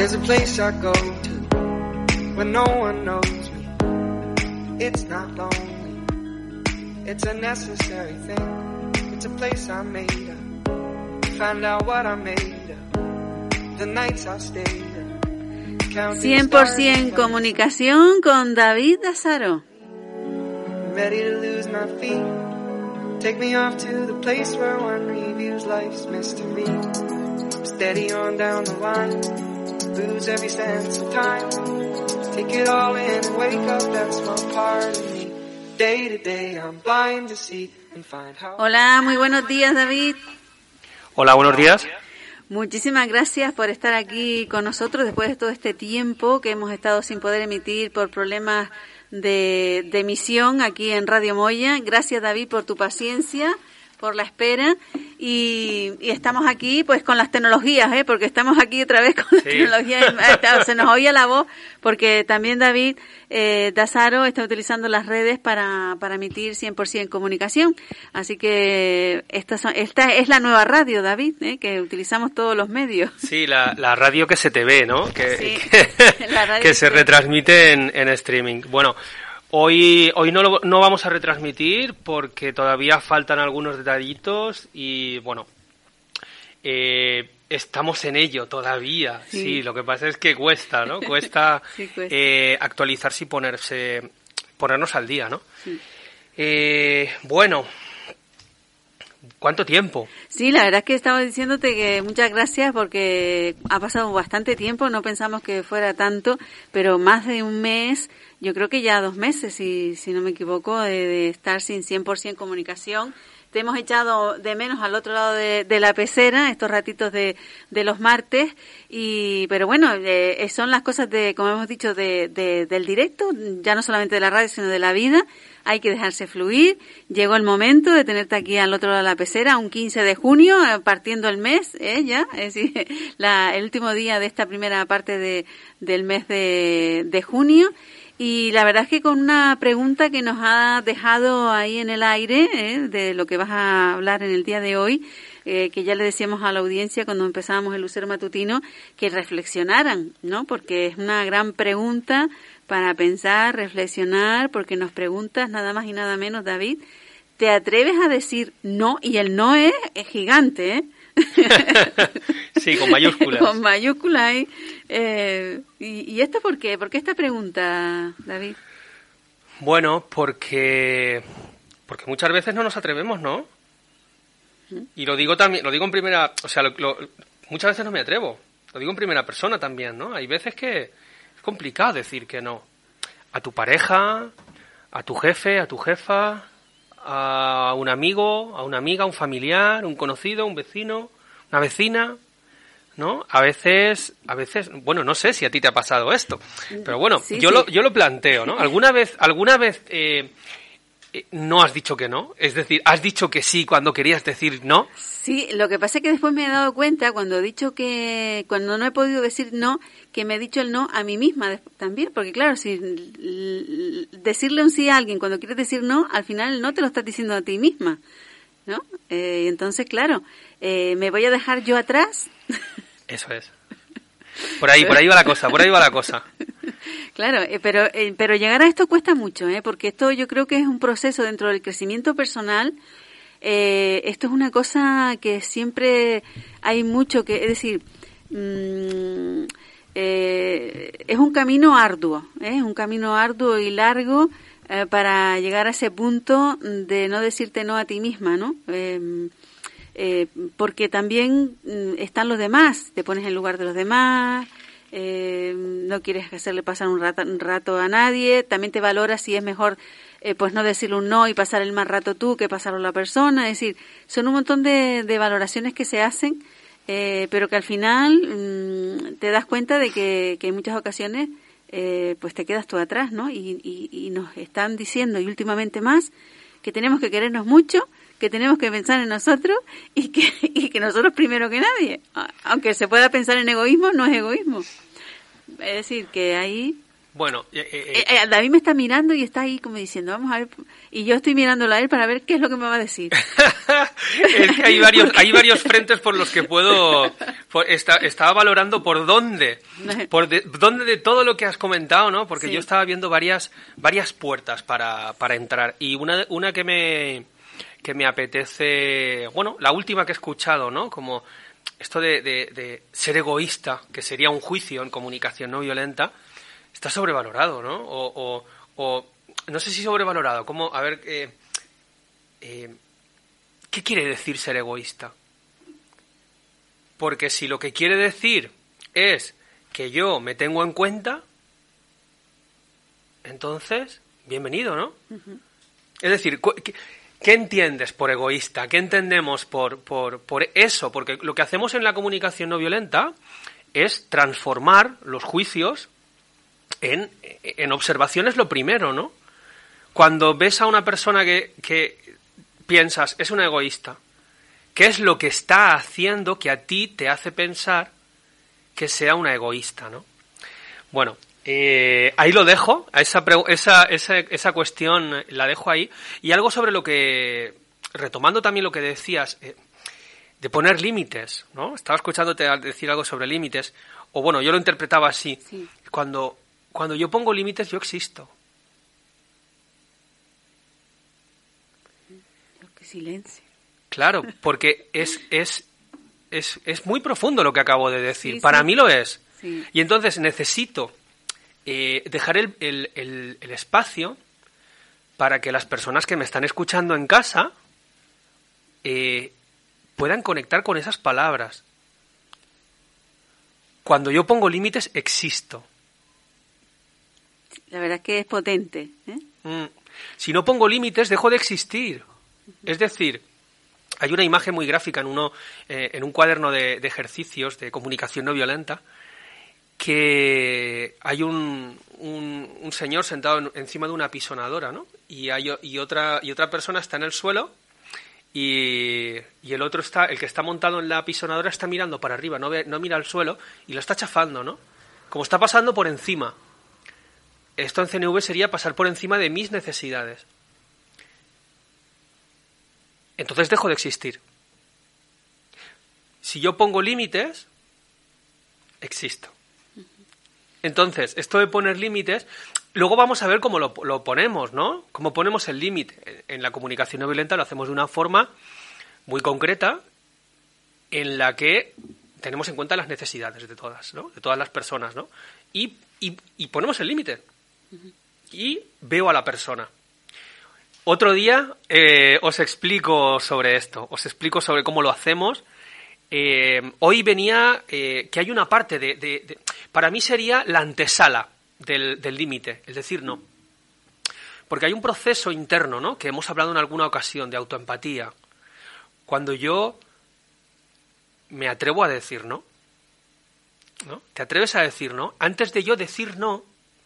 There's a place I go to when no one knows me. It's not lonely, it's a necessary thing. It's a place I made up, find out what I made up, the nights I've stayed up. 100% comunicación con David Dassaro. Ready to lose my feet. Take me off to the place where one reviews life's mystery. Steady on down the line, lose every sense of time. Take it all in and wake up that small part of me. Day to day I'm blind to see and find how. Hola, muy buenos días, David. Hola, buenos días. Muchísimas gracias por estar aquí con nosotros después de todo este tiempo que hemos estado sin poder emitir por problemas de emisión aquí en Radio Moya. Gracias, David, por tu paciencia, por la espera, y estamos aquí pues con las tecnologías, porque estamos aquí otra vez con las tecnologías. Se nos oía la voz porque también David Dassaro está utilizando las redes para emitir 100% comunicación, así que esta es la nueva radio, David, que utilizamos todos los medios. Sí, la radio que se te ve, ¿no? Que se ve. Retransmite en streaming. Bueno, Hoy no vamos a retransmitir porque todavía faltan algunos detallitos y bueno, estamos en ello todavía. Sí, lo que pasa es que cuesta, ¿no? Cuesta, actualizarse y ponernos al día, ¿no? Sí. Bueno, ¿cuánto tiempo? Sí, la verdad es que estaba diciéndote que muchas gracias porque ha pasado bastante tiempo, no pensamos que fuera tanto, pero más de un mes. Yo creo que ya 2 meses, si no me equivoco, de estar sin 100% comunicación. Te hemos echado de menos al otro lado de la pecera, estos ratitos de los martes, pero bueno, son las cosas como hemos dicho, del directo, ya no solamente de la radio, sino de la vida. Hay que dejarse fluir. Llegó el momento de tenerte aquí al otro lado de la pecera, un 15 de junio, partiendo el mes, ya, es decir, el último día de esta primera parte del mes de junio. Y la verdad es que con una pregunta que nos ha dejado ahí en el aire, de lo que vas a hablar en el día de hoy, que ya le decíamos a la audiencia cuando empezábamos el Lucero Matutino, que reflexionaran, ¿no? Porque es una gran pregunta para pensar, reflexionar, porque nos preguntas nada más y nada menos, David, ¿te atreves a decir no? Y el no es gigante, ¿eh? Sí, con mayúsculas. Con mayúsculas. ¿Y esto por qué? ¿Por qué esta pregunta, David? Bueno, porque muchas veces no nos atrevemos, ¿no? Y lo digo en primera, o sea, muchas veces no me atrevo. Lo digo en primera persona también, ¿no? Hay veces que es complicado decir que no. A tu pareja, a tu jefe, a tu jefa, a un amigo, a una amiga, a un familiar, un conocido, un vecino, una vecina, ¿no? A veces, bueno, no sé si a ti te ha pasado esto, pero bueno, sí, yo lo planteo, ¿no? ¿Alguna vez no has dicho que no? Es decir, ¿has dicho que sí cuando querías decir no? Sí, lo que pasa es que después me he dado cuenta cuando no he podido decir no, que me he dicho el no a mí misma también, porque claro, si decirle un sí a alguien cuando quieres decir no, al final no te lo estás diciendo a ti misma, ¿no? Entonces, claro, me voy a dejar yo atrás. Eso es. Por ahí va la cosa. Claro, pero llegar a esto cuesta mucho, porque esto yo creo que es un proceso dentro del crecimiento personal. Esto es una cosa que siempre hay mucho que, es decir, es un camino arduo, y largo para llegar a ese punto de no decirte no a ti misma, ¿no? Porque también están los demás, te pones en lugar de los demás. No quieres hacerle pasar un rato a nadie, también te valoras si es mejor pues no decirle un no y pasar el más rato tú que pasarlo a la persona. Es decir, son un montón de valoraciones que se hacen, pero que al final te das cuenta de que en muchas ocasiones pues te quedas tú atrás, ¿no? Y nos están diciendo, y últimamente más, que tenemos que querernos mucho, que tenemos que pensar en nosotros y que nosotros primero que nadie. Aunque se pueda pensar en egoísmo, no es egoísmo. Es decir, que ahí... Bueno, David me está mirando y está ahí como diciendo, vamos a ver, y yo estoy mirándolo a él para ver qué es lo que me va a decir. Es que hay varios frentes por los que puedo... Estaba valorando por dónde de todo lo que has comentado, ¿no? Porque Sí. yo estaba viendo varias puertas para entrar. Y una que me apetece... Bueno, la última que he escuchado, ¿no? Como esto de ser egoísta, que sería un juicio en comunicación no violenta, está sobrevalorado, ¿no? O no sé si sobrevalorado. ¿Cómo? A ver... ¿qué quiere decir ser egoísta? Porque si lo que quiere decir es que yo me tengo en cuenta, entonces, bienvenido, ¿no? Uh-huh. Es decir, ¿qué entiendes por egoísta? ¿Qué entendemos por eso? Porque lo que hacemos en la comunicación no violenta es transformar los juicios en observaciones lo primero, ¿no? Cuando ves a una persona que piensas, es una egoísta, ¿qué es lo que está haciendo que a ti te hace pensar que sea una egoísta, ¿no? Bueno, ahí lo dejo, esa cuestión la dejo ahí. Y algo sobre lo que, retomando también lo que decías, de poner límites, ¿no? Estaba escuchándote decir algo sobre límites, o bueno, yo lo interpretaba así. Sí. Cuando yo pongo límites, yo existo. Qué silencio. Claro, porque es muy profundo lo que acabo de decir. Sí, Para sí. mí lo es. Sí. Y entonces necesito dejar el espacio para que las personas que me están escuchando en casa puedan conectar con esas palabras. Cuando yo pongo límites, existo. La verdad es que es potente, ¿eh? Si no pongo límites, dejo de existir. Es decir, hay una imagen muy gráfica en un cuaderno de ejercicios de comunicación no violenta, que hay un señor sentado encima de una apisonadora, ¿no? Y otra persona está en el suelo y el que está montado en la apisonadora está mirando para arriba, no mira al suelo y lo está chafando, ¿no? Como está pasando por encima. Esto en CNV sería pasar por encima de mis necesidades. Entonces dejo de existir. Si yo pongo límites, existo. Entonces, esto de poner límites, luego vamos a ver cómo lo ponemos, ¿no? Cómo ponemos el límite. En la comunicación no violenta lo hacemos de una forma muy concreta en la que tenemos en cuenta las necesidades de todas, ¿no? De todas las personas, ¿no? Y ponemos el límite. Y veo a la persona. Otro día os explico sobre esto, os explico sobre cómo lo hacemos. Hoy venía que hay una parte para mí sería la antesala del límite, es decir, no. Porque hay un proceso interno, ¿no? Que hemos hablado en alguna ocasión de autoempatía. Cuando yo me atrevo a decir no, ¿no? ¿Te atreves a decir no? Antes de yo decir no,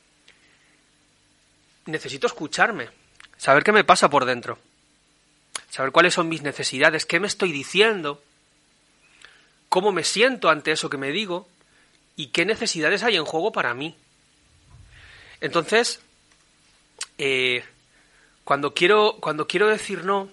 necesito escucharme. Saber qué me pasa por dentro, saber cuáles son mis necesidades, qué me estoy diciendo, cómo me siento ante eso que me digo y qué necesidades hay en juego para mí. Entonces, cuando quiero decir no,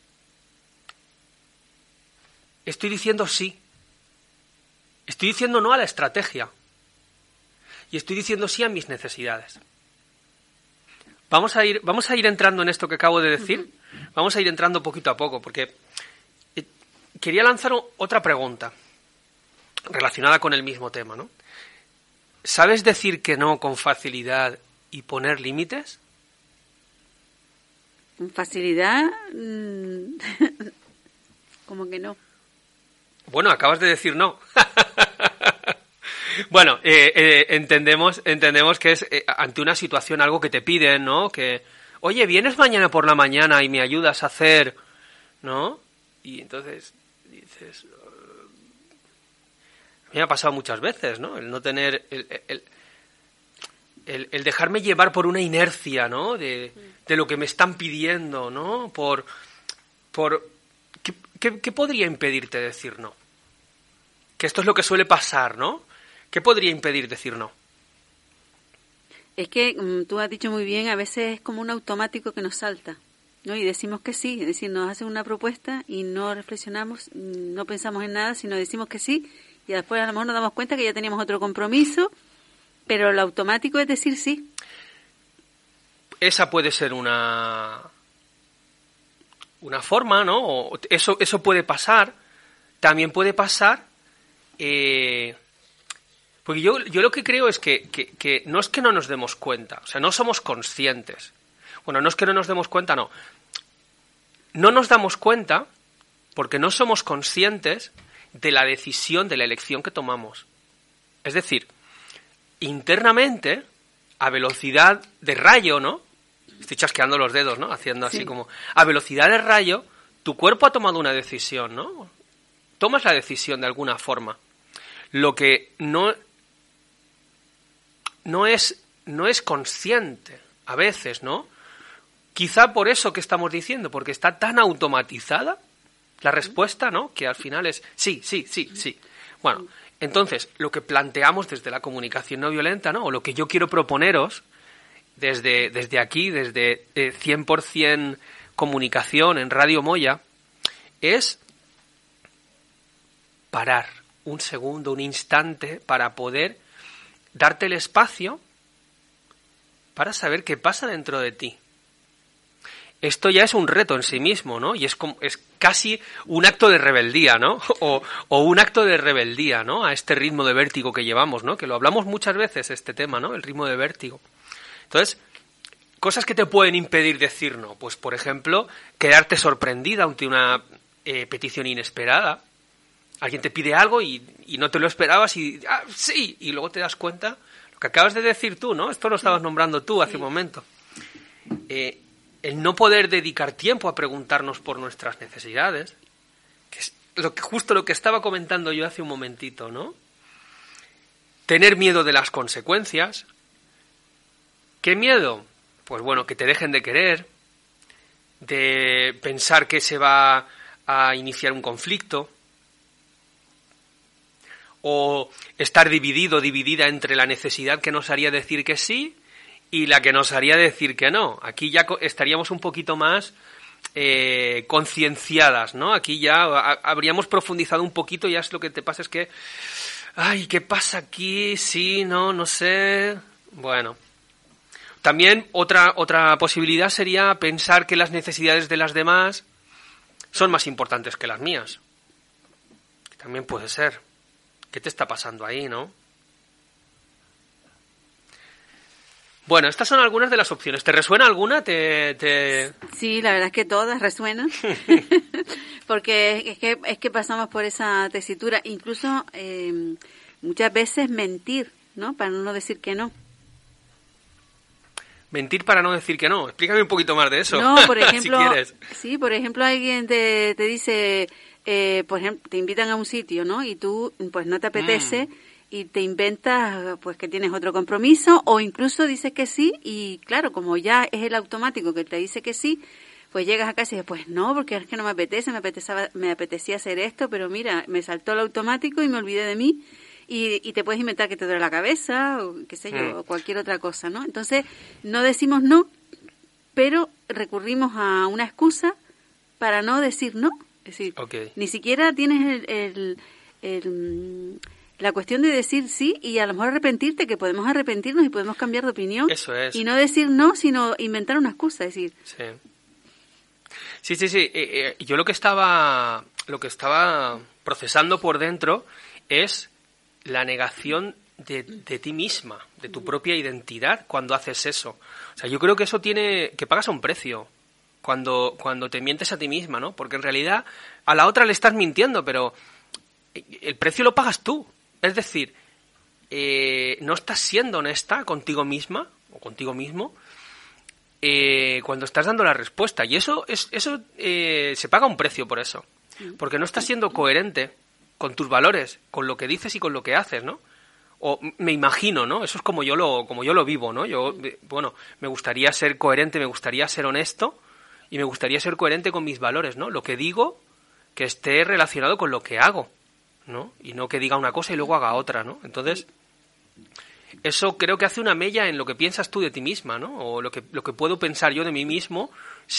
estoy diciendo sí. Estoy diciendo no a la estrategia y estoy diciendo sí a mis necesidades. Vamos a ir entrando en esto que acabo de decir. Vamos a ir entrando poquito a poco, porque quería lanzar otra pregunta relacionada con el mismo tema, ¿no? ¿Sabes decir que no con facilidad y poner límites? Con facilidad, como que no. Bueno, acabas de decir no. Bueno, entendemos que es ante una situación algo que te piden, ¿no? Que, oye, ¿vienes mañana por la mañana y me ayudas a hacer, ¿no? Y entonces dices, a mí me ha pasado muchas veces, ¿no? El no tener, el dejarme llevar por una inercia, ¿no? De lo que me están pidiendo, ¿no? ¿Qué podría impedirte decir no? Que esto es lo que suele pasar, ¿no? ¿Qué podría impedir decir no? Es que tú has dicho muy bien, a veces es como un automático que nos salta, ¿no? Y decimos que sí, es decir, nos hacen una propuesta y no reflexionamos, no pensamos en nada, sino decimos que sí, y después a lo mejor nos damos cuenta que ya teníamos otro compromiso, pero lo automático es decir sí. Esa puede ser una forma, ¿no? O eso puede pasar. También puede pasar, porque yo lo que creo es que no es que no nos demos cuenta, o sea, no somos conscientes. Bueno, no es que no nos demos cuenta, no. No nos damos cuenta porque no somos conscientes de la decisión, de la elección que tomamos. Es decir, internamente, a velocidad de rayo, ¿no? Estoy chasqueando los dedos, ¿no? Haciendo así como... A velocidad de rayo, tu cuerpo ha tomado una decisión, ¿no? Tomas la decisión de alguna forma. Lo que no es consciente a veces, ¿no? Quizá por eso que estamos diciendo, porque está tan automatizada la respuesta, ¿no? Que al final es sí, sí, sí, sí. Bueno, entonces, lo que planteamos desde la comunicación no violenta, ¿no? O lo que yo quiero proponeros desde aquí, desde 100% comunicación en Radio Moya, es parar un segundo, un instante, para poder darte el espacio para saber qué pasa dentro de ti. Esto ya es un reto en sí mismo, ¿no? Y es casi un acto de rebeldía, ¿no? O un acto de rebeldía, ¿no? A este ritmo de vértigo que llevamos, ¿no? Que lo hablamos muchas veces, este tema, ¿no? El ritmo de vértigo. Entonces, cosas que te pueden impedir decir no. Pues, por ejemplo, quedarte sorprendida ante una petición inesperada. Alguien te pide algo y no te lo esperabas y sí, y luego te das cuenta lo que acabas de decir tú, ¿no? Esto lo estabas nombrando tú hace un momento. El no poder dedicar tiempo a preguntarnos por nuestras necesidades, que es justo lo que estaba comentando yo hace un momentito, ¿no? Tener miedo de las consecuencias. ¿Qué miedo? Pues bueno, que te dejen de querer, de pensar que se va a iniciar un conflicto, o estar dividida entre la necesidad que nos haría decir que sí y la que nos haría decir que no. Aquí ya estaríamos un poquito más concienciadas, ¿no? Aquí ya habríamos profundizado un poquito, ya es lo que te pasa es que, ay, ¿qué pasa aquí? Sí, no sé. Bueno. También otra posibilidad sería pensar que las necesidades de las demás son más importantes que las mías. También puede ser. ¿Qué te está pasando ahí, no? Bueno, estas son algunas de las opciones. ¿Te resuena alguna? Sí, la verdad es que todas resuenan. Porque es que pasamos por esa tesitura. Incluso muchas veces mentir, ¿no? Para no decir que no. Mentir para no decir que no. Explícame un poquito más de eso. No, por ejemplo, si quieres. Sí, por ejemplo, alguien te dice, por ejemplo, te invitan a un sitio, ¿no? Y tú, pues, no te apetece y te inventas, pues, que tienes otro compromiso, o incluso dices que sí y, claro, como ya es el automático que te dice que sí, pues llegas a casa y dices, pues no, porque es que no me apetece, me apetecía hacer esto, pero mira, me saltó el automático y me olvidé de mí. Y te puedes inventar que te duele la cabeza o qué sé yo, o cualquier otra cosa, ¿no? Entonces, no decimos no, pero recurrimos a una excusa para no decir no. Es decir, ni siquiera tienes la cuestión de decir sí y a lo mejor arrepentirte, que podemos arrepentirnos y podemos cambiar de opinión. Eso es. Y no decir no, sino inventar una excusa, es decir. Sí. Sí. Yo lo que estaba procesando por dentro es la negación de ti misma, de tu propia identidad cuando haces eso. O sea, yo creo que eso que pagas un precio cuando te mientes a ti misma, ¿no? Porque en realidad a la otra le estás mintiendo, pero el precio lo pagas tú. Es decir, no estás siendo honesta contigo misma o contigo mismo cuando estás dando la respuesta. Y eso se paga un precio por eso. Porque no estás siendo coherente con tus valores, con lo que dices y con lo que haces, ¿no? O me imagino, ¿no? Eso es como yo lo vivo, ¿no? Yo, bueno, me gustaría ser coherente, me gustaría ser honesto y me gustaría ser coherente con mis valores, ¿no? Lo que digo, que esté relacionado con lo que hago, ¿no? Y no que diga una cosa y luego haga otra, ¿no? Entonces, eso creo que hace una mella en lo que piensas tú de ti misma, ¿no? O lo que puedo pensar yo de mí mismo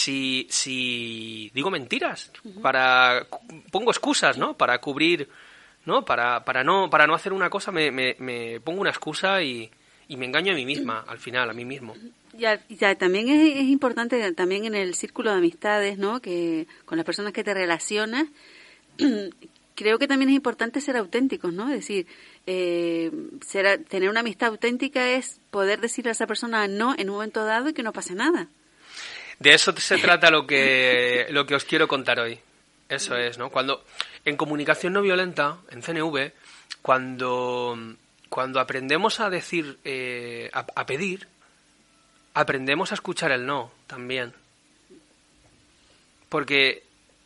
si digo mentiras, pongo excusas, ¿no? Para cubrir, ¿no? Para no hacer una cosa me pongo una excusa y me engaño a mí misma, al final, a mí mismo. Ya también es importante también en el círculo de amistades, ¿no? Que con las personas que te relacionas, creo que también es importante ser auténticos, ¿no? Es decir, tener una amistad auténtica es poder decirle a esa persona no en un momento dado y que no pase nada. De eso se trata lo que os quiero contar hoy. Eso es, ¿no? Cuando en comunicación no violenta, en CNV, cuando aprendemos a decir, a pedir, aprendemos a escuchar el no también. Porque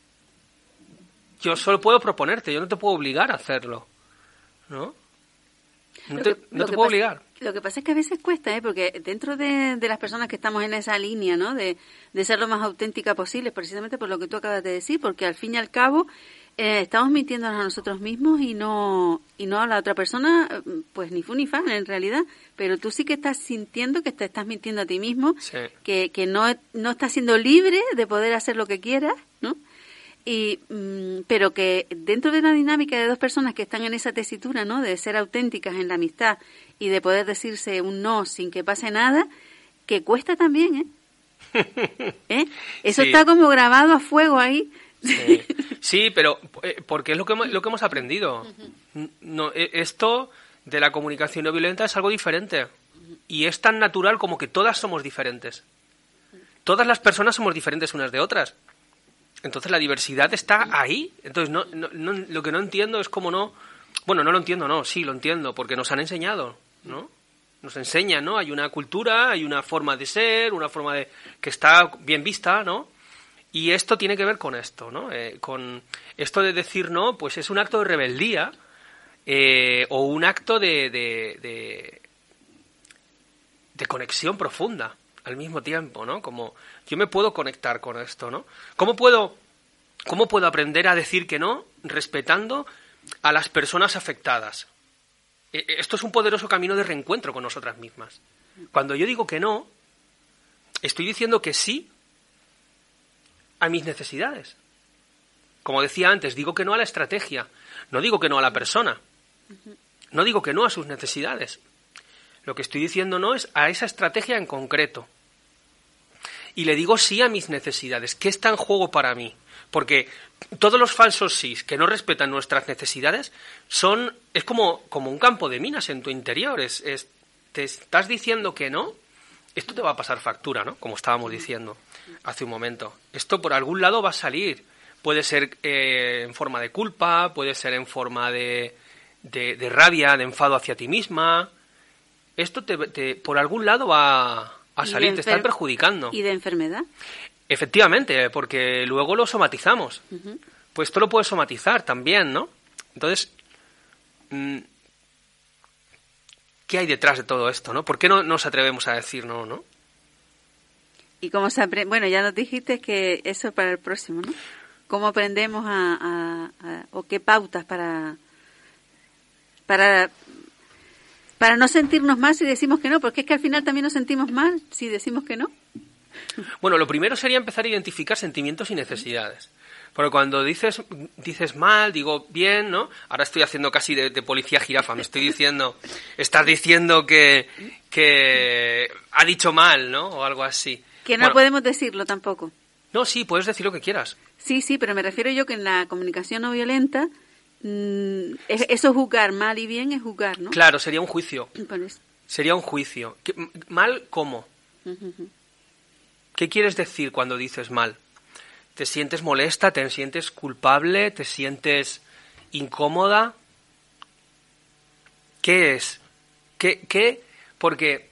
yo solo puedo proponerte, yo no te puedo obligar a hacerlo, ¿no? No te puedo obligar. Lo que pasa es que a veces cuesta, porque dentro de las personas que estamos en esa línea, ¿no? De ser lo más auténtica posible, precisamente por lo que tú acabas de decir, porque al fin y al cabo estamos mintiéndonos a nosotros mismos y no a la otra persona, pues ni fu ni fa en realidad, pero tú sí que estás sintiendo que te estás mintiendo a ti mismo, sí. que no estás siendo libre de poder hacer lo que quieras, ¿no? Pero que dentro de la dinámica de dos personas que están en esa tesitura, ¿no? De ser auténticas en la amistad y de poder decirse un no sin que pase nada, que cuesta también, Eso sí. Está como grabado a fuego ahí. Sí, pero porque es lo que hemos aprendido. No, esto de la comunicación no violenta es algo diferente y es tan natural como que todas somos diferentes. Todas las personas somos diferentes unas de otras. Entonces la diversidad está ahí. Entonces lo que no entiendo es cómo no... Bueno, no lo entiendo, no, sí lo entiendo, porque nos han enseñado, ¿no? Nos enseñan, ¿no? Hay una cultura, hay una forma de ser, una forma de que está bien vista, ¿no? Y esto tiene que ver con esto, ¿no? Con esto de decir no, pues es un acto de rebeldía o un acto de conexión profunda al mismo tiempo, ¿no? Como yo me puedo conectar con esto, ¿no? ¿Cómo puedo aprender a decir que no respetando a las personas afectadas? Esto es un poderoso camino de reencuentro con nosotras mismas. Cuando yo digo que no, estoy diciendo que sí a mis necesidades. Como decía antes, digo que no a la estrategia, no digo que no a la persona, no digo que no a sus necesidades. Lo que estoy diciendo no es a esa estrategia en concreto. Y le digo sí a mis necesidades. ¿Qué está en juego para mí? Porque todos los falsos sís que no respetan nuestras necesidades es como un campo de minas en tu interior. Te estás diciendo que no, esto te va a pasar factura, ¿no? Como estábamos diciendo hace un momento. Esto por algún lado va a salir. Puede ser en forma de culpa, puede ser en forma de rabia, de enfado hacia ti misma. Esto por algún lado va a salir, te está perjudicando. ¿Y de enfermedad? Efectivamente, porque luego lo somatizamos. Uh-huh. Pues esto lo puedes somatizar también, ¿no? Entonces, ¿qué hay detrás de todo esto, no? ¿Por qué no nos atrevemos a decir no, no? Y cómo se aprende... Bueno, ya nos dijiste que eso es para el próximo, ¿no? ¿Cómo aprendemos o qué pautas para no sentirnos mal si decimos que no? Porque es que al final también nos sentimos mal si decimos que no. Bueno, lo primero sería empezar a identificar sentimientos y necesidades. Porque cuando dices mal, digo bien, ¿no? Ahora estoy haciendo casi de policía jirafa. Estás diciendo que ha dicho mal, ¿no? O algo así. Que no podemos decirlo tampoco. No, sí, puedes decir lo que quieras. Sí, pero me refiero yo que en la comunicación no violenta, eso es juzgar, mal y bien es juzgar, ¿no? Claro, sería un juicio. Pues... Sería un juicio. ¿Mal cómo? Uh-huh. ¿Qué quieres decir cuando dices mal? ¿Te sientes molesta? ¿Te sientes culpable? ¿Te sientes incómoda? ¿Qué es? ¿Qué? Porque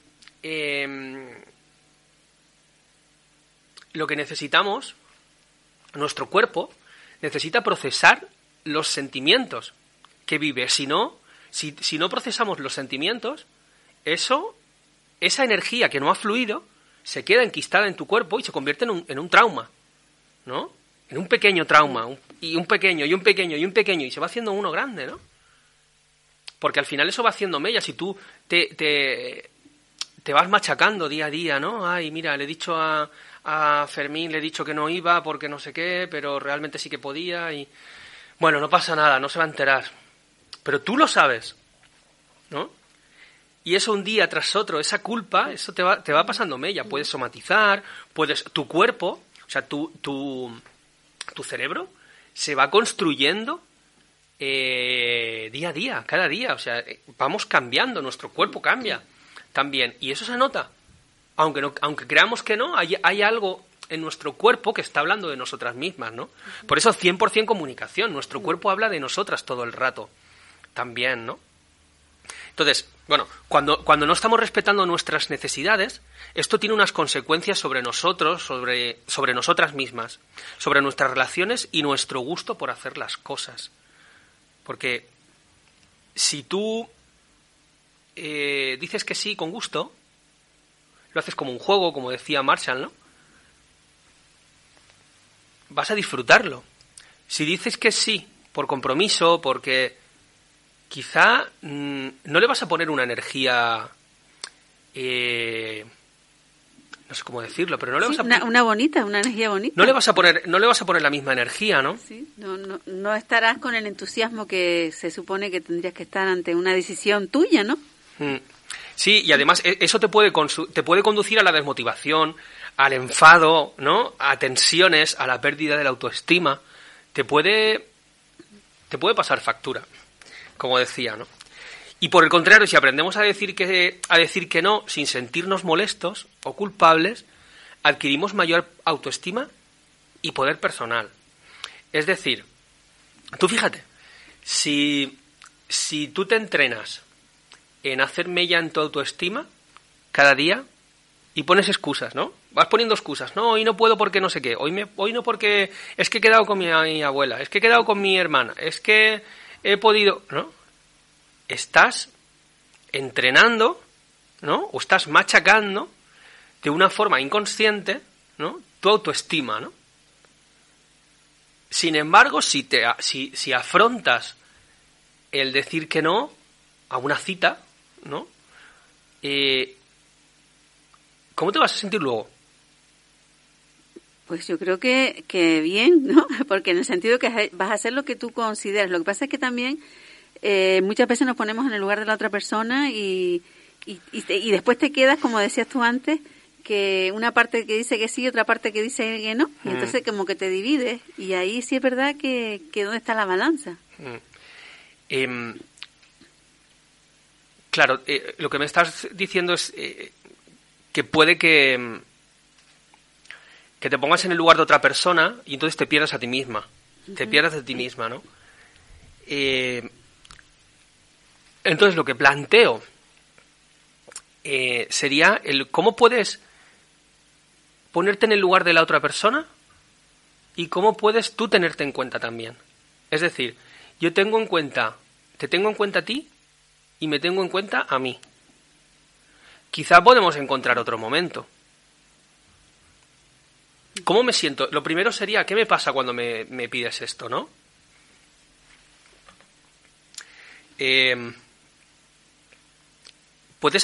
lo que necesitamos, nuestro cuerpo necesita procesar los sentimientos que vive. Si no procesamos los sentimientos, esa energía que no ha fluido se queda enquistada en tu cuerpo y se convierte en un trauma, ¿no? En un pequeño trauma, y un pequeño, y un pequeño, y un pequeño, y se va haciendo uno grande, ¿no? Porque al final eso va haciendo mella. Si tú te vas machacando día a día, ¿no? Ay, mira, le he dicho a Fermín, le he dicho que no iba porque no sé qué, pero realmente sí que podía y... Bueno, no pasa nada, no se va a enterar. Pero tú lo sabes, ¿no? Y eso un día tras otro, esa culpa, eso te va pasando mella. Puedes somatizar, tu cuerpo, o sea, tu cerebro se va construyendo día a día, cada día. O sea, vamos cambiando, nuestro cuerpo cambia también. Y eso se nota. Aunque creamos que no, hay algo en nuestro cuerpo que está hablando de nosotras mismas, ¿no? Por eso 100% comunicación. Nuestro cuerpo habla de nosotras todo el rato. También, ¿no? Entonces, bueno, cuando no estamos respetando nuestras necesidades, esto tiene unas consecuencias sobre nosotros, sobre nosotras mismas, sobre nuestras relaciones y nuestro gusto por hacer las cosas. Porque si tú dices que sí con gusto, lo haces como un juego, como decía Marshall, ¿no? Vas a disfrutarlo. Si dices que sí por compromiso, porque quizá no le vas a poner una energía, no sé cómo decirlo, pero no le vas a una energía bonita. No le vas a poner la misma energía, ¿no? Sí, no estarás con el entusiasmo que se supone que tendrías que estar ante una decisión tuya, ¿no? Sí, y además eso te puede conducir a la desmotivación, al enfado, ¿no? A tensiones, a la pérdida de la autoestima. Te puede pasar factura, como decía, ¿no? Y por el contrario, si aprendemos a decir que no sin sentirnos molestos o culpables, adquirimos mayor autoestima y poder personal. Es decir, tú fíjate, si tú te entrenas en hacer mella en tu autoestima cada día y pones excusas, ¿no? Vas poniendo excusas. No, hoy no puedo porque no sé qué. Hoy no porque es que he quedado con mi abuela. Es que he quedado con mi hermana. Es que he podido... ¿no? Estás entrenando, ¿no? O estás machacando de una forma inconsciente, ¿no? Tu autoestima, ¿no? Sin embargo, si afrontas el decir que no a una cita, ¿no? ¿Cómo te vas a sentir luego? Pues yo creo que bien, ¿no? Porque en el sentido que vas a hacer lo que tú consideras. Lo que pasa es que también muchas veces nos ponemos en el lugar de la otra persona y después te quedas, como decías tú antes, que una parte que dice que sí, otra parte que dice que no, y entonces como que te divides. Y ahí sí es verdad que ¿dónde está la balanza? Claro, lo que me estás diciendo es que puede que te pongas en el lugar de otra persona y entonces te pierdas a ti misma. Te pierdas de ti misma, ¿no? Entonces lo que planteo sería cómo puedes ponerte en el lugar de la otra persona y cómo puedes tú tenerte en cuenta también. Es decir, te tengo en cuenta a ti y me tengo en cuenta a mí. Quizá podemos encontrar otro momento. ¿Cómo me siento? Lo primero sería, ¿qué me pasa cuando me pides esto, no? Puedes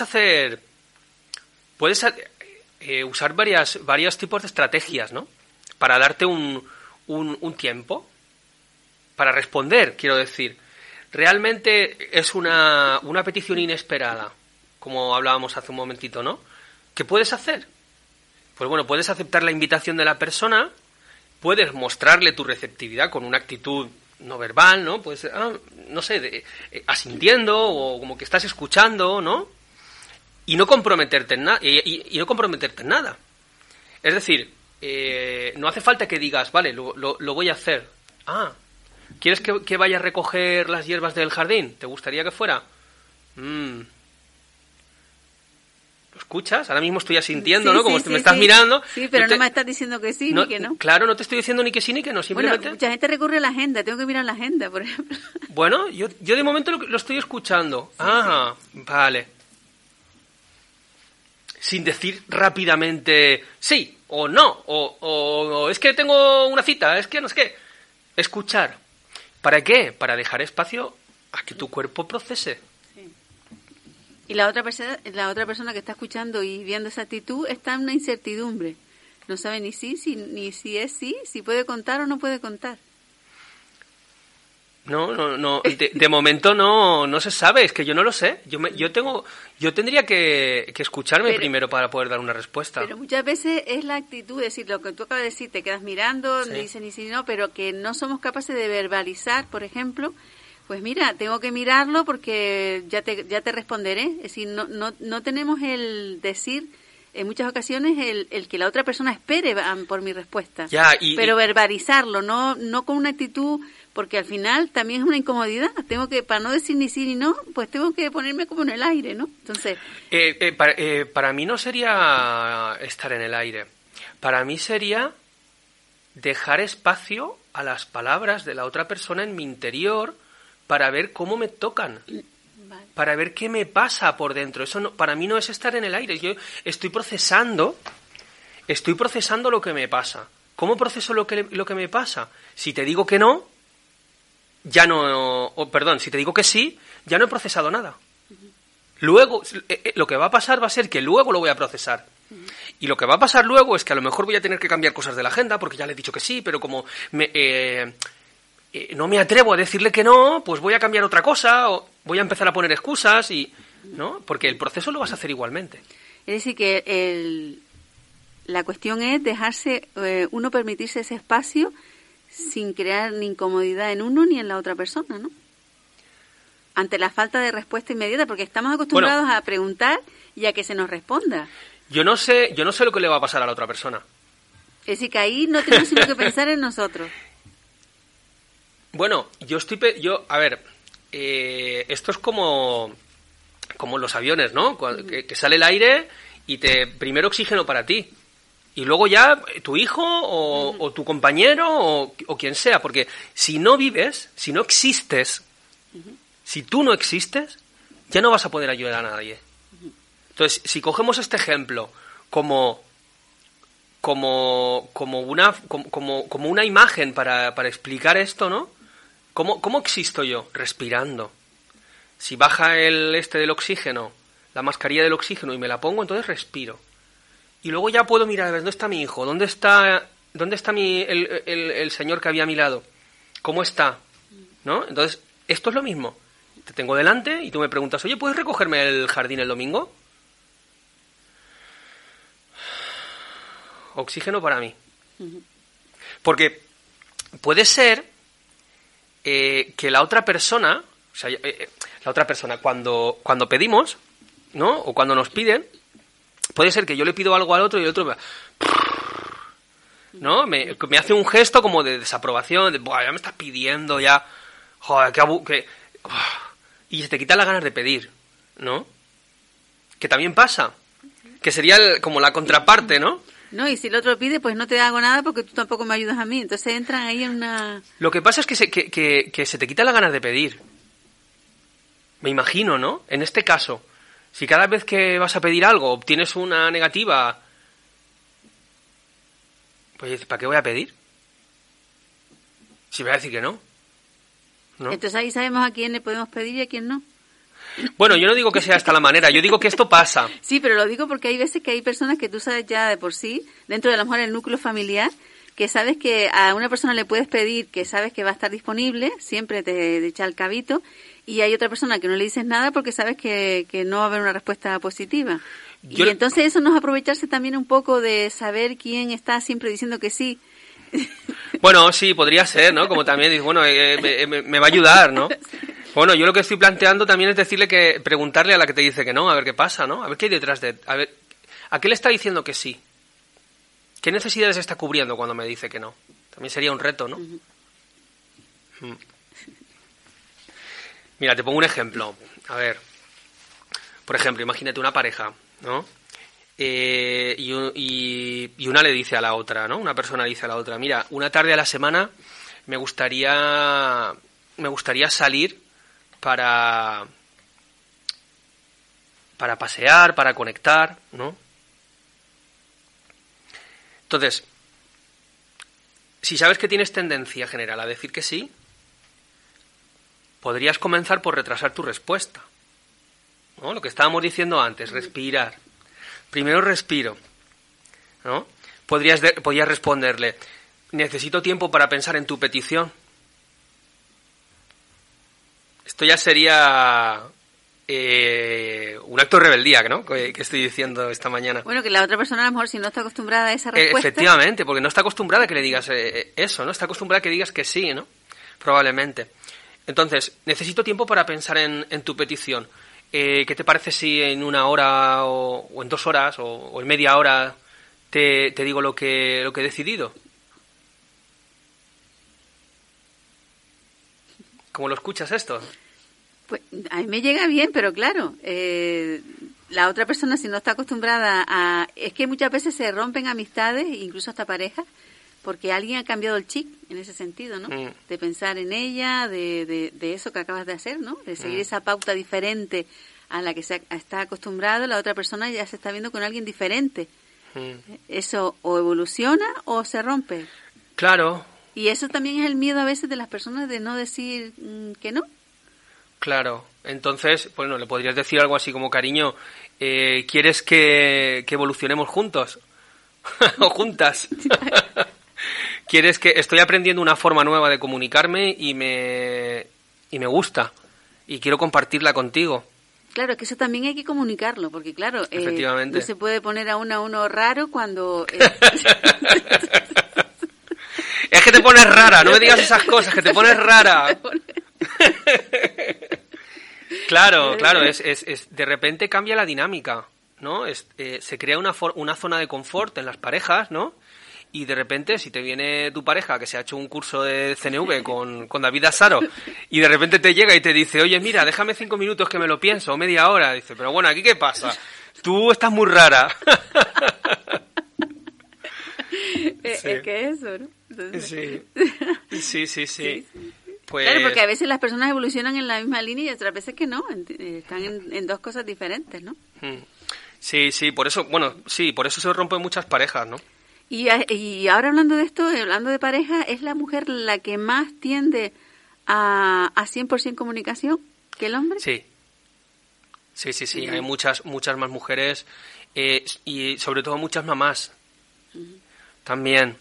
usar varios tipos de estrategias, ¿no? Para darte un tiempo para responder, quiero decir. Realmente es una petición inesperada, como hablábamos hace un momentito, ¿no? ¿Qué puedes hacer? Pues bueno, puedes aceptar la invitación de la persona, puedes mostrarle tu receptividad con una actitud no verbal, ¿no? Pues, no sé, asintiendo o como que estás escuchando, ¿no? Y no comprometerte en nada. Y no comprometerte en nada. Es decir, no hace falta que digas, vale, lo voy a hacer. ¿Quieres que vaya a recoger las hierbas del jardín? ¿Te gustaría que fuera? ¿Lo escuchas? Ahora mismo estoy asintiendo, sí, ¿no? Como me estás mirando. Sí, pero no me estás diciendo que sí ni que no. Claro, no te estoy diciendo ni que sí ni que no, simplemente... Bueno, mucha gente recurre a la agenda, tengo que mirar la agenda, por ejemplo. Bueno, yo de momento lo estoy escuchando. Sí, vale. Sin decir rápidamente sí o no, o es que tengo una cita, es que no es que... Escuchar. ¿Para qué? Para dejar espacio a que tu cuerpo procese. Sí. Y la otra persona que está escuchando y viendo esa actitud está en una incertidumbre. No sabe ni ni si es sí, si puede contar o no puede contar. No. De momento no se sabe. Es que yo no lo sé. Yo tendría que escucharme primero para poder dar una respuesta. Pero muchas veces es la actitud, es decir, lo que tú acabas de decir, te quedas mirando, Sí. no dices ni si no, pero que no somos capaces de verbalizar, por ejemplo. Pues mira, tengo que mirarlo porque ya te responderé. Es decir, no tenemos el decir en muchas ocasiones el que la otra persona espere por mi respuesta. Pero verbalizarlo, no con una actitud, porque al final también es una incomodidad. Tengo que, para no decir ni sí ni no, pues tengo que ponerme como en el aire, ¿no? Entonces, para mí no sería estar en el aire. Para mí sería dejar espacio a las palabras de la otra persona en mi interior para ver cómo me tocan. vale. Para ver qué me pasa por dentro. Eso no, para mí no es estar en el aire. Yo estoy procesando lo que me pasa. ¿Cómo proceso lo que me pasa? Si te digo que no, ya no... si te digo que sí, ya no he procesado nada. Luego, lo que va a pasar va a ser que luego lo voy a procesar. Y lo que va a pasar luego es que a lo mejor voy a tener que cambiar cosas de la agenda, porque ya le he dicho que sí, pero como no me atrevo a decirle que no, pues voy a cambiar otra cosa, o voy a empezar a poner excusas, ¿no? Porque el proceso lo vas a hacer igualmente. Es decir, que la cuestión es dejarse, uno permitirse ese espacio sin crear ni incomodidad en uno ni en la otra persona, ¿no? Ante la falta de respuesta inmediata, porque estamos acostumbrados a preguntar y a que se nos responda. Yo no sé lo que le va a pasar a la otra persona. Es decir, que ahí no tenemos sino que pensar en nosotros. Bueno, a ver, esto es como los aviones, ¿no? Que sale el aire y primero oxígeno para ti. Y luego ya tu hijo o tu compañero o quien sea. Porque si no vives, si no existes, si tú no existes, ya no vas a poder ayudar a nadie. Entonces, si cogemos este ejemplo como una imagen para explicar esto, ¿no? ¿Cómo existo yo? Respirando. Si baja el del oxígeno, la mascarilla del oxígeno y me la pongo, entonces respiro. Y luego ya puedo mirar, a ver, ¿dónde está mi hijo? ¿Dónde está el señor que había a mi lado? ¿Cómo está? ¿No? Entonces, esto es lo mismo. Te tengo delante y tú me preguntas, oye, ¿puedes recogerme el jardín el domingo? Oxígeno para mí. Porque puede ser que la otra persona, cuando pedimos, ¿no? O cuando nos piden, puede ser que yo le pido algo al otro y el otro ¿no? Me hace un gesto como de desaprobación, de, ya me estás pidiendo, ya, joder, y se te quitan las ganas de pedir, ¿no? Que también pasa, que sería como la contraparte, ¿no? No, y si el otro pide, pues no te hago nada porque tú tampoco me ayudas a mí. Entonces entran ahí en una... Lo que pasa es que se te quitan las ganas de pedir. Me imagino, ¿no? En este caso, si cada vez que vas a pedir algo obtienes una negativa, pues ¿para qué voy a pedir? Si me voy a decir que no. ¿No? Entonces ahí sabemos a quién le podemos pedir y a quién no. Bueno, yo no digo que sea esta la manera, yo digo que esto pasa. Sí, pero lo digo porque hay veces que hay personas que tú sabes ya de por sí, dentro de a lo mejor el núcleo familiar, que sabes que a una persona le puedes pedir, que sabes que va a estar disponible, siempre te echa el cabito, y hay otra persona que no le dices nada porque sabes que no va a haber una respuesta positiva. Y entonces eso no es aprovecharse también un poco de saber quién está siempre diciendo que sí. Bueno, sí, podría ser, ¿no? Como también dices, bueno, me va a ayudar, ¿no? Bueno, yo lo que estoy planteando también es preguntarle a la que te dice que no, a ver qué pasa, ¿no? A ver qué hay detrás a ver, ¿a qué le está diciendo que sí? ¿Qué necesidades está cubriendo cuando me dice que no? También sería un reto, ¿no? Mira, te pongo un ejemplo. A ver, por ejemplo, imagínate una pareja, ¿no? Y una le dice a la otra, ¿no? Una persona dice a la otra, mira, una tarde a la semana me gustaría salir para pasear, para conectar, ¿no? Entonces, si sabes que tienes tendencia general a decir que sí, podrías comenzar por retrasar tu respuesta, ¿no? Lo que estábamos diciendo antes, respirar. Primero respiro, ¿no? Podrías responderle, necesito tiempo para pensar en tu petición. Esto ya sería un acto de rebeldía, ¿no? Que estoy diciendo esta mañana. Bueno, que la otra persona a lo mejor si no está acostumbrada a esa respuesta... Efectivamente, porque no está acostumbrada a que le digas eso, ¿no? Está acostumbrada a que digas que sí, ¿no? Probablemente. Entonces, necesito tiempo para pensar en tu petición. ¿Qué te parece si en 1 hora o en 2 horas o en media hora te digo lo que he decidido? ¿Cómo lo escuchas esto? Pues a mí me llega bien, pero claro, la otra persona si no está acostumbrada a... Es que muchas veces se rompen amistades, incluso hasta parejas, porque alguien ha cambiado el chip en ese sentido, ¿no? De pensar en ella, de eso que acabas de hacer, ¿no? De seguir esa pauta diferente a la que está acostumbrado, la otra persona ya se está viendo con alguien diferente. Eso o evoluciona o se rompe. Claro. Y eso también es el miedo a veces de las personas de no decir que no. Claro, entonces, bueno, le podrías decir algo así como, cariño, ¿quieres que evolucionemos juntos? ¿O juntas? ¿Quieres que estoy aprendiendo una forma nueva de comunicarme y me gusta? Y quiero compartirla contigo. Claro, es que eso también hay que comunicarlo, porque claro, Efectivamente. no se puede poner a uno raro cuando... Es que te pones rara, no me digas esas cosas, que te pones rara. Claro, es de repente cambia la dinámica, ¿no? Se crea una zona de confort en las parejas, ¿no? Y de repente, si te viene tu pareja que se ha hecho un curso de CNV con David Asaro y de repente te llega y te dice, oye, mira, déjame 5 minutos que me lo pienso, o media hora, dice, pero bueno, ¿aquí qué pasa? Tú estás muy rara. Es que eso, ¿no? Entonces... Sí. Pues... Claro, porque a veces las personas evolucionan en la misma línea y otras veces que no, están en dos cosas diferentes, ¿no? Sí, por eso se rompen muchas parejas, ¿no? Y ahora hablando de esto, hablando de pareja, ¿es la mujer la que más tiende a 100% comunicación que el hombre? Sí. Hay muchas más mujeres y sobre todo muchas mamás también.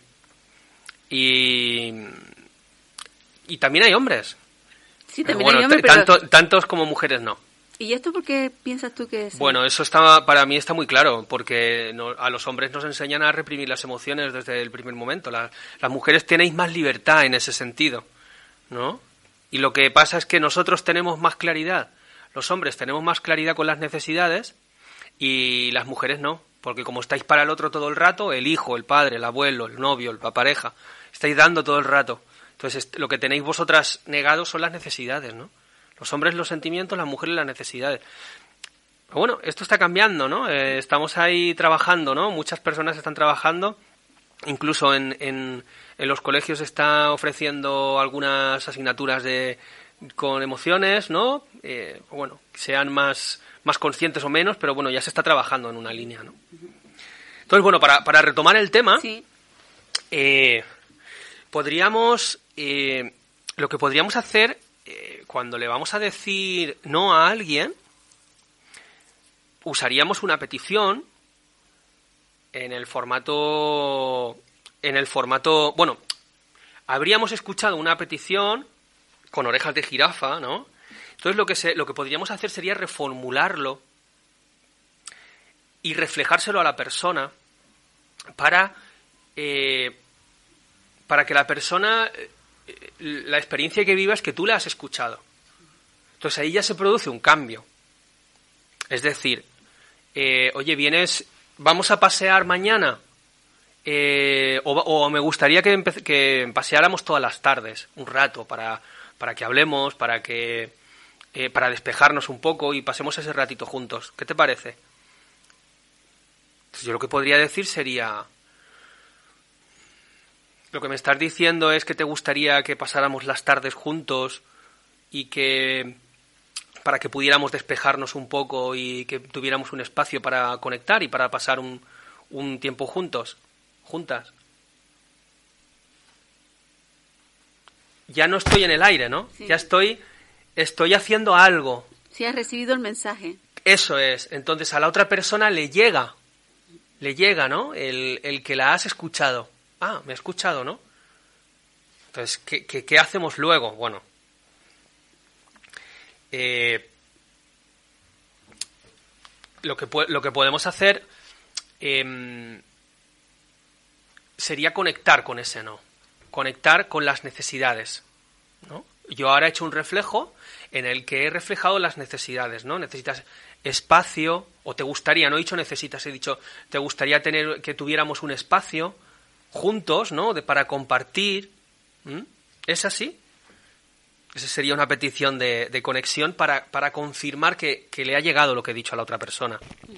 Y también hay hombres. Sí, también hay hombres, pero... tantos como mujeres no. ¿Y esto por qué piensas tú que es? Bueno, eso para mí está muy claro, porque a los hombres nos enseñan a reprimir las emociones desde el primer momento. Las mujeres tenéis más libertad en ese sentido, ¿no? Y lo que pasa es que nosotros tenemos más claridad. Los hombres tenemos más claridad con las necesidades y las mujeres no, porque como estáis para el otro todo el rato, el hijo, el padre, el abuelo, el novio, la pareja, estáis dando todo el rato. Entonces, lo que tenéis vosotras negados son las necesidades, ¿no? Los hombres los sentimientos, las mujeres las necesidades. Pero bueno, esto está cambiando, ¿no? Estamos ahí trabajando, ¿no? Muchas personas están trabajando. Incluso en los colegios se está ofreciendo algunas asignaturas con emociones, ¿no? Bueno, sean más conscientes o menos, pero bueno, ya se está trabajando en una línea, ¿no? Entonces, bueno, para retomar el tema, sí. Lo que podríamos hacer cuando le vamos a decir no a alguien, usaríamos una petición en el formato, bueno, habríamos escuchado una petición con orejas de jirafa, ¿no? Entonces lo que podríamos hacer sería reformularlo y reflejárselo a la persona para que la persona, la experiencia que viva es que tú la has escuchado. Entonces ahí ya se produce un cambio. Es decir, oye, vamos a pasear mañana, o me gustaría que paseáramos todas las tardes, un rato, para que hablemos, para despejarnos un poco y pasemos ese ratito juntos. ¿Qué te parece? Entonces, yo lo que podría decir sería... Lo que me estás diciendo es que te gustaría que pasáramos las tardes juntos y para que pudiéramos despejarnos un poco y que tuviéramos un espacio para conectar y para pasar un tiempo juntas. Ya no estoy en el aire, ¿no? Sí. Ya estoy estoy haciendo algo. Si has recibido el mensaje. Eso es. Entonces a la otra persona le llega, ¿no? El que la has escuchado. Ah, me ha escuchado, ¿no? Entonces, ¿qué hacemos luego? Bueno, lo que podemos hacer sería conectar con ese no. Conectar con las necesidades, ¿no? Yo ahora he hecho un reflejo en el que he reflejado las necesidades, ¿no? Necesitas espacio, o te gustaría, no he dicho necesitas, he dicho te gustaría que tuviéramos un espacio juntos, ¿no? Para compartir. ¿Es así? Esa sería una petición de conexión para confirmar que le ha llegado lo que he dicho a la otra persona.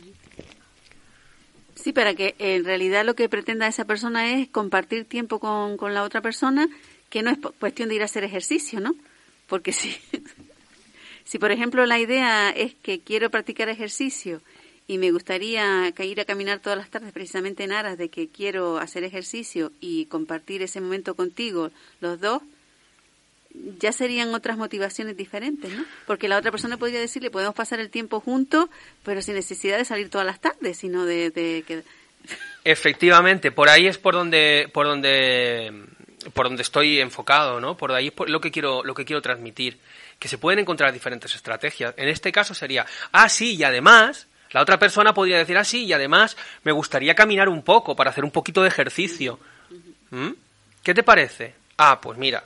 Sí, para que en realidad lo que pretenda esa persona es compartir tiempo con la otra persona, que no es cuestión de ir a hacer ejercicio, ¿no? Porque si por ejemplo la idea es que quiero practicar ejercicio y me gustaría ir a caminar todas las tardes precisamente en aras de que quiero hacer ejercicio y compartir ese momento contigo los dos, ya serían otras motivaciones diferentes, ¿no? Porque la otra persona podría decirle, podemos pasar el tiempo juntos, pero sin necesidad de salir todas las tardes, sino de que... Efectivamente, por ahí es por donde estoy enfocado, ¿no? Por ahí es lo que quiero transmitir, que se pueden encontrar diferentes estrategias. En este caso sería, sí, y además, la otra persona podría decir, sí, y además me gustaría caminar un poco para hacer un poquito de ejercicio. ¿Qué te parece? Pues mira,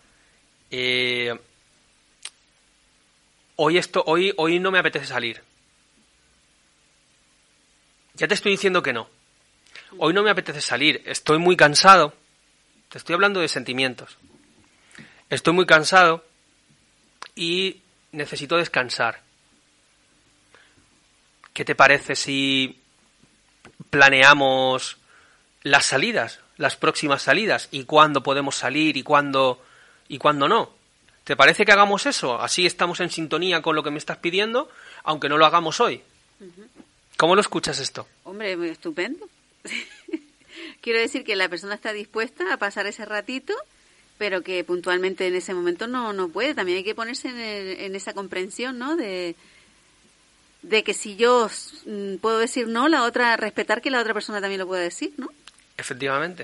hoy no me apetece salir. Ya te estoy diciendo que no. Hoy no me apetece salir, estoy muy cansado. Te estoy hablando de sentimientos. Estoy muy cansado y necesito descansar. ¿Qué te parece si planeamos las salidas, las próximas salidas, y cuándo podemos salir y cuándo no? ¿Te parece que hagamos eso? Así estamos en sintonía con lo que me estás pidiendo, aunque no lo hagamos hoy. ¿Cómo lo escuchas esto? Hombre, muy estupendo. Quiero decir que la persona está dispuesta a pasar ese ratito, pero que puntualmente en ese momento no puede. También hay que ponerse en esa comprensión, ¿no? De que si yo puedo decir no, la otra, respetar que la otra persona también lo pueda decir, ¿no? Efectivamente,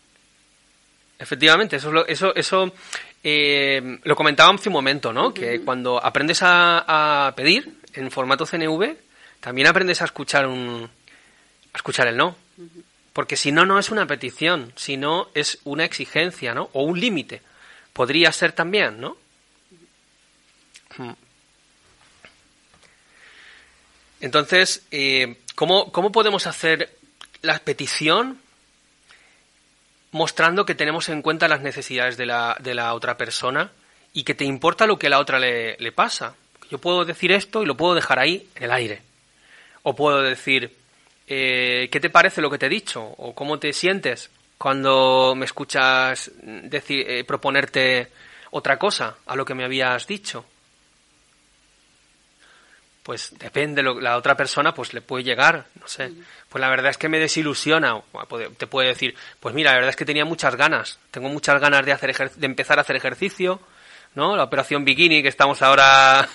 eso lo comentábamos hace un momento, ¿no? Que cuando aprendes a pedir en formato CNV, también aprendes a escuchar el no. Porque si no es una petición, si no es una exigencia, ¿no? O un límite. Podría ser también, ¿no? Entonces, ¿cómo podemos hacer la petición mostrando que tenemos en cuenta las necesidades de la otra persona y que te importa lo que a la otra le pasa? Yo puedo decir esto y lo puedo dejar ahí en el aire. O puedo decir, ¿qué te parece lo que te he dicho? ¿O cómo te sientes cuando me escuchas proponerte otra cosa a lo que me habías dicho? Pues depende, la otra persona pues le puede llegar, no sé. Pues la verdad es que me desilusiona. Te puede decir, pues mira, la verdad es que tengo muchas ganas de empezar a hacer ejercicio, ¿no? La operación bikini, que estamos ahora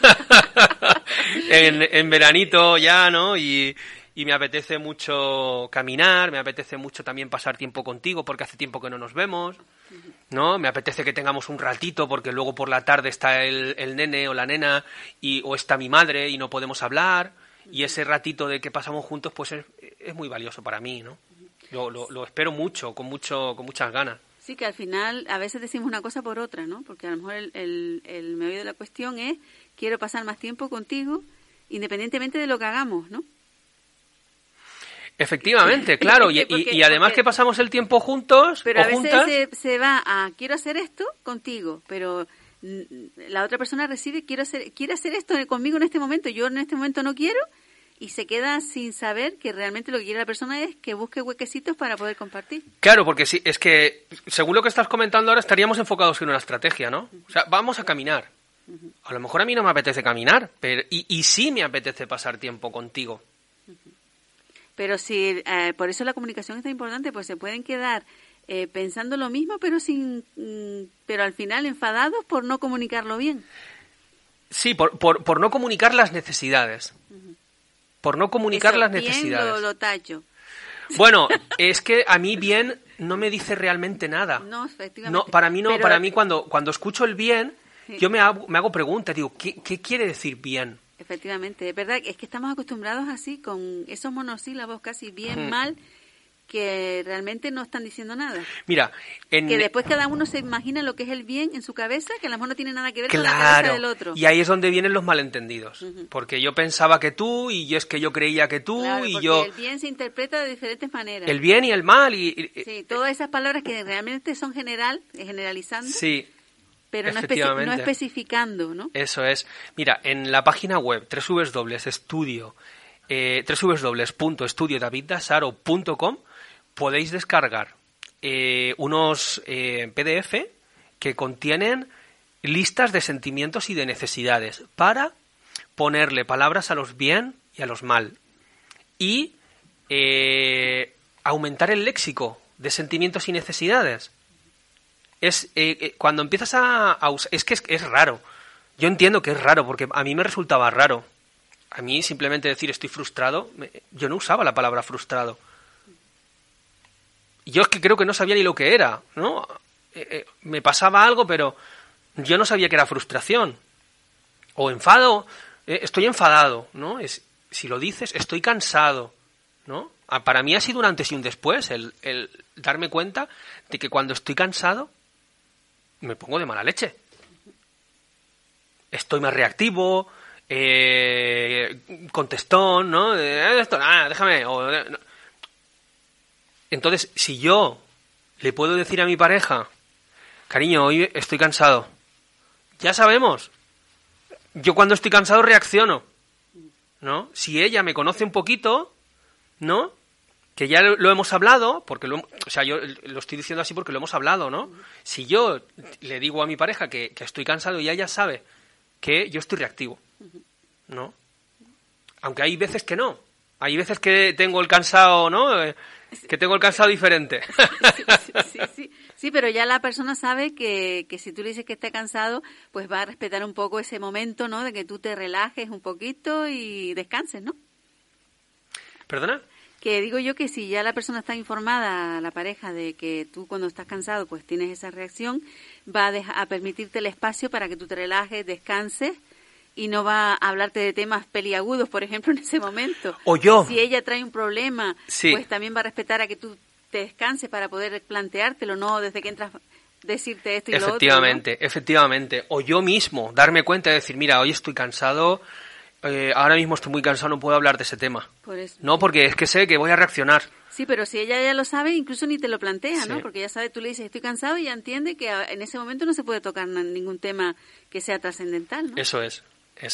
en veranito ya, ¿no? Y me apetece mucho caminar, me apetece mucho también pasar tiempo contigo porque hace tiempo que no nos vemos, ¿no? Me apetece que tengamos un ratito porque luego por la tarde está el nene o la nena o está mi madre y no podemos hablar, y ese ratito de que pasamos juntos pues es muy valioso para mí, ¿no? Lo espero mucho, con muchas ganas. Sí, que al final a veces decimos una cosa por otra, ¿no? Porque a lo mejor el meollo de la cuestión es quiero pasar más tiempo contigo independientemente de lo que hagamos, ¿no? Efectivamente, claro, y además que pasamos el tiempo juntos. Pero o a veces juntas, se va a quiero hacer esto contigo, pero la otra persona quiere hacer esto conmigo en este momento, yo en este momento no quiero, y se queda sin saber que realmente lo que quiere la persona es que busque huequecitos para poder compartir. Claro, porque sí, es que según lo que estás comentando ahora estaríamos enfocados en una estrategia, ¿no? O sea, vamos a caminar. A lo mejor a mí no me apetece caminar, pero y sí me apetece pasar tiempo contigo. Pero si por eso la comunicación es tan importante, pues se pueden quedar pensando lo mismo, pero al final enfadados por no comunicarlo bien. Sí, por no comunicar las necesidades. Por no comunicar las bien necesidades. lo tallo. Bueno, es que a mí bien no me dice realmente nada. No, efectivamente. No, para mí no, Pero, para mí cuando escucho el bien, sí, yo me hago preguntas, digo, ¿qué quiere decir bien? efectivamente, es verdad, es que estamos acostumbrados así, con esos monosílabos casi bien mal, que realmente no están diciendo nada. Mira, Que después cada uno se imagina lo que es el bien en su cabeza, que a lo mejor no tiene nada que ver con la cabeza claro, del otro. y ahí es donde vienen los malentendidos. Porque yo pensaba que tú, y es que yo creía que tú, Claro, y porque yo... el bien se interpreta de diferentes maneras. El bien y el mal, Sí, todas esas palabras que realmente son generalizando, sí, pero no efectivamente. especificando, ¿no? Eso es. Mira, en la página web www.estudiodaviddasaro.com podéis descargar unos PDF que contienen listas de sentimientos y de necesidades para ponerle palabras a los bien y a los mal y aumentar el léxico de sentimientos y necesidades. Es cuando empiezas a usar... Es que es raro. Yo entiendo que es raro, porque a mí me resultaba raro. A mí simplemente decir estoy frustrado, yo no usaba la palabra frustrado. Yo es que creo que no sabía ni lo que era, ¿no? Me pasaba algo, pero yo no sabía que era frustración. O enfado, estoy enfadado, ¿no? Si lo dices, estoy cansado, ¿no? Para mí ha sido un antes y un después el darme cuenta de que cuando estoy cansado me pongo de mala leche. Estoy más reactivo, contestón, ¿no? Esto, déjame. No. Entonces, si yo le puedo decir a mi pareja, cariño, hoy estoy cansado, ya sabemos. Yo cuando estoy cansado reacciono, ¿no? Si ella me conoce un poquito, ¿no? Que ya lo hemos hablado, porque o sea, yo lo estoy diciendo así porque lo hemos hablado, ¿no? Si yo le digo a mi pareja que estoy cansado y ella sabe que yo estoy reactivo, ¿no? Aunque hay veces que no. Hay veces que tengo el cansado, ¿no? Que tengo el cansado diferente. Sí, pero ya la persona sabe que si tú le dices que está cansado, pues va a respetar un poco ese momento, ¿no? De que tú te relajes un poquito y descanses, ¿no? ¿Perdona? Que digo yo que si ya la persona está informada, la pareja, de que tú cuando estás cansado pues tienes esa reacción, va a permitirte el espacio para que tú te relajes, descanses y no va a hablarte de temas peliagudos, por ejemplo, en ese momento. O yo. Si ella trae un problema, sí, pues también va a respetar a que tú te descanses para poder planteártelo, no desde que entras decirte esto y lo otro, ¿no? Efectivamente. O yo mismo, darme cuenta y decir, mira, hoy estoy cansado, ahora mismo estoy muy cansado, no puedo hablar de ese tema. Por eso. No, porque es que sé que voy a reaccionar. Sí, pero si ella ya lo sabe, incluso ni te lo plantea, ¿no? Sí. Porque ya sabe, tú le dices, estoy cansado y ya entiende que en ese momento no se puede tocar ningún tema que sea trascendental, ¿no? Eso es.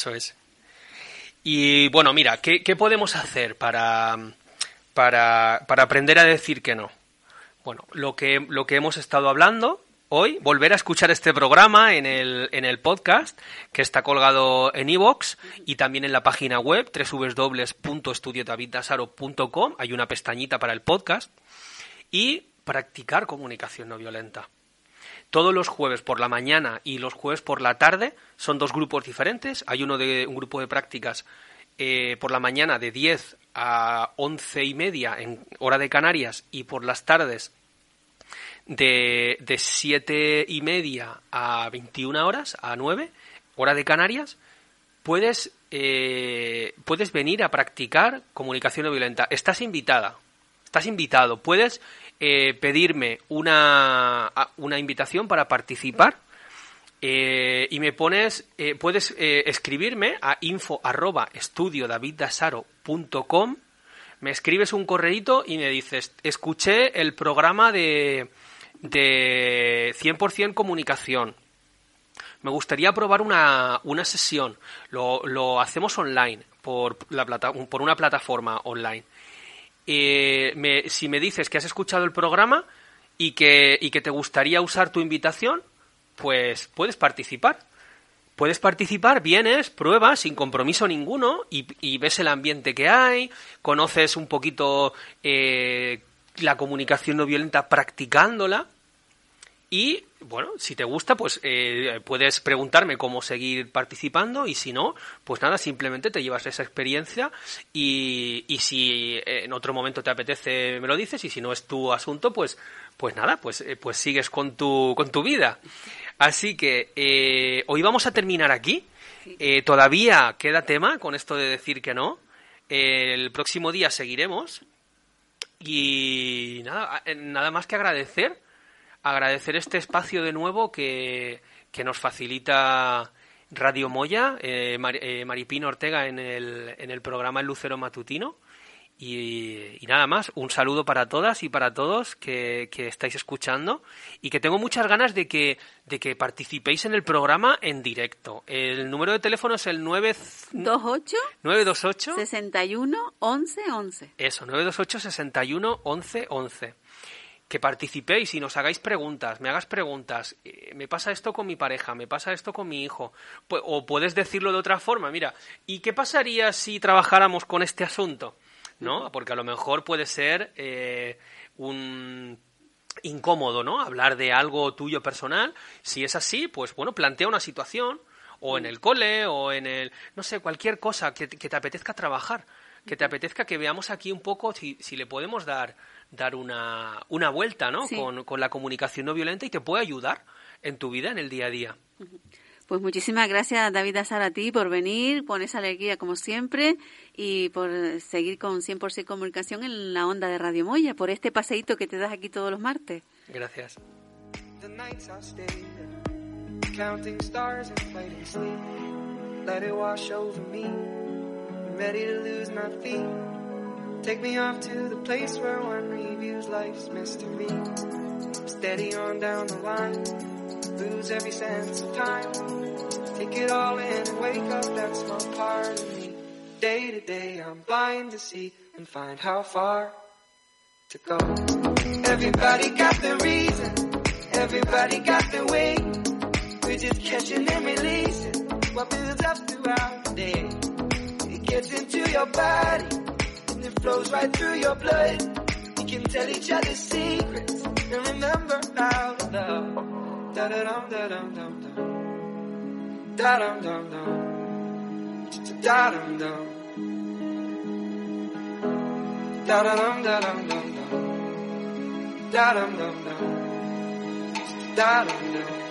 Y bueno, mira, ¿qué podemos hacer para aprender a decir que no? Bueno, lo que hemos estado hablando hoy, volver a escuchar este programa en el podcast que está colgado en iVoox y también en la página web www.estudiodaviddasaro.com. Hay una pestañita para el podcast y practicar comunicación no violenta. Todos los jueves por la mañana y los jueves por la tarde son dos grupos diferentes. Hay un grupo de prácticas por la mañana de 10 a 11:30 en hora de Canarias y por las tardes de 7:30 a 21 horas, a 9, hora de Canarias. Puedes venir a practicar comunicación no violenta. Estás invitado. Puedes pedirme una invitación para participar y me pones, puedes escribirme a info@estudiodaviddasaro.com. Me escribes un correíto y me dices, escuché el programa de 100% comunicación. Me gustaría probar una sesión. Lo hacemos online, por una plataforma online. Si me dices que has escuchado el programa y que te gustaría usar tu invitación, pues puedes participar. Vienes, pruebas sin compromiso ninguno y ves el ambiente que hay, conoces un poquito la comunicación no violenta practicándola Y, bueno, si te gusta, pues puedes preguntarme cómo seguir participando, y si no, pues nada, simplemente te llevas esa experiencia y si en otro momento te apetece me lo dices, y si no es tu asunto, pues nada, pues sigues con tu vida. Así que hoy vamos a terminar aquí. Todavía queda tema con esto de decir que no. El próximo día seguiremos. Y nada más que agradecer este espacio de nuevo que nos facilita Radio Moya, Maripino Ortega en el programa El Lucero Matutino. Y nada más, un saludo para todas y para todos que estáis escuchando, y que tengo muchas ganas de que participéis en el programa en directo. El número de teléfono es el 928 61 11 11. Eso, 928 61 11 11. Que participéis y nos hagáis preguntas, me hagas preguntas. Me pasa esto con mi pareja, me pasa esto con mi hijo. O puedes decirlo de otra forma, mira, ¿y qué pasaría si trabajáramos con este asunto? ¿No? Porque a lo mejor puede ser un incómodo, ¿no? Hablar de algo tuyo personal. Si es así, pues bueno, plantea una situación, o en el cole, o en el, no sé, cualquier cosa que te apetezca trabajar, que te apetezca que veamos aquí un poco si le podemos dar una vuelta, ¿no? Sí. Con la comunicación no violenta, y te puede ayudar en tu vida, en el día a día. Pues muchísimas gracias, David Azar, a ti por venir, por esa alegría como siempre, y por seguir con 100% Comunicación en la onda de Radio Moya, por este paseíto que te das aquí todos los martes. Gracias. Take me off to the place where one reviews life's mystery. Steady on down the line, lose every sense of time. Take it all in and wake up that small part of me. Day to day I'm blind to see and find how far to go. Everybody got their reason, everybody got their way. We're just catching and releasing what builds up throughout the day. It gets into your body, it flows right through your blood. We can tell each other secrets and remember how to love. Da da dum da dum dum dum. Da dum dum dum. Da dum dum. Da dum da dum dum dum. Da dum dum dum. Da dum dum.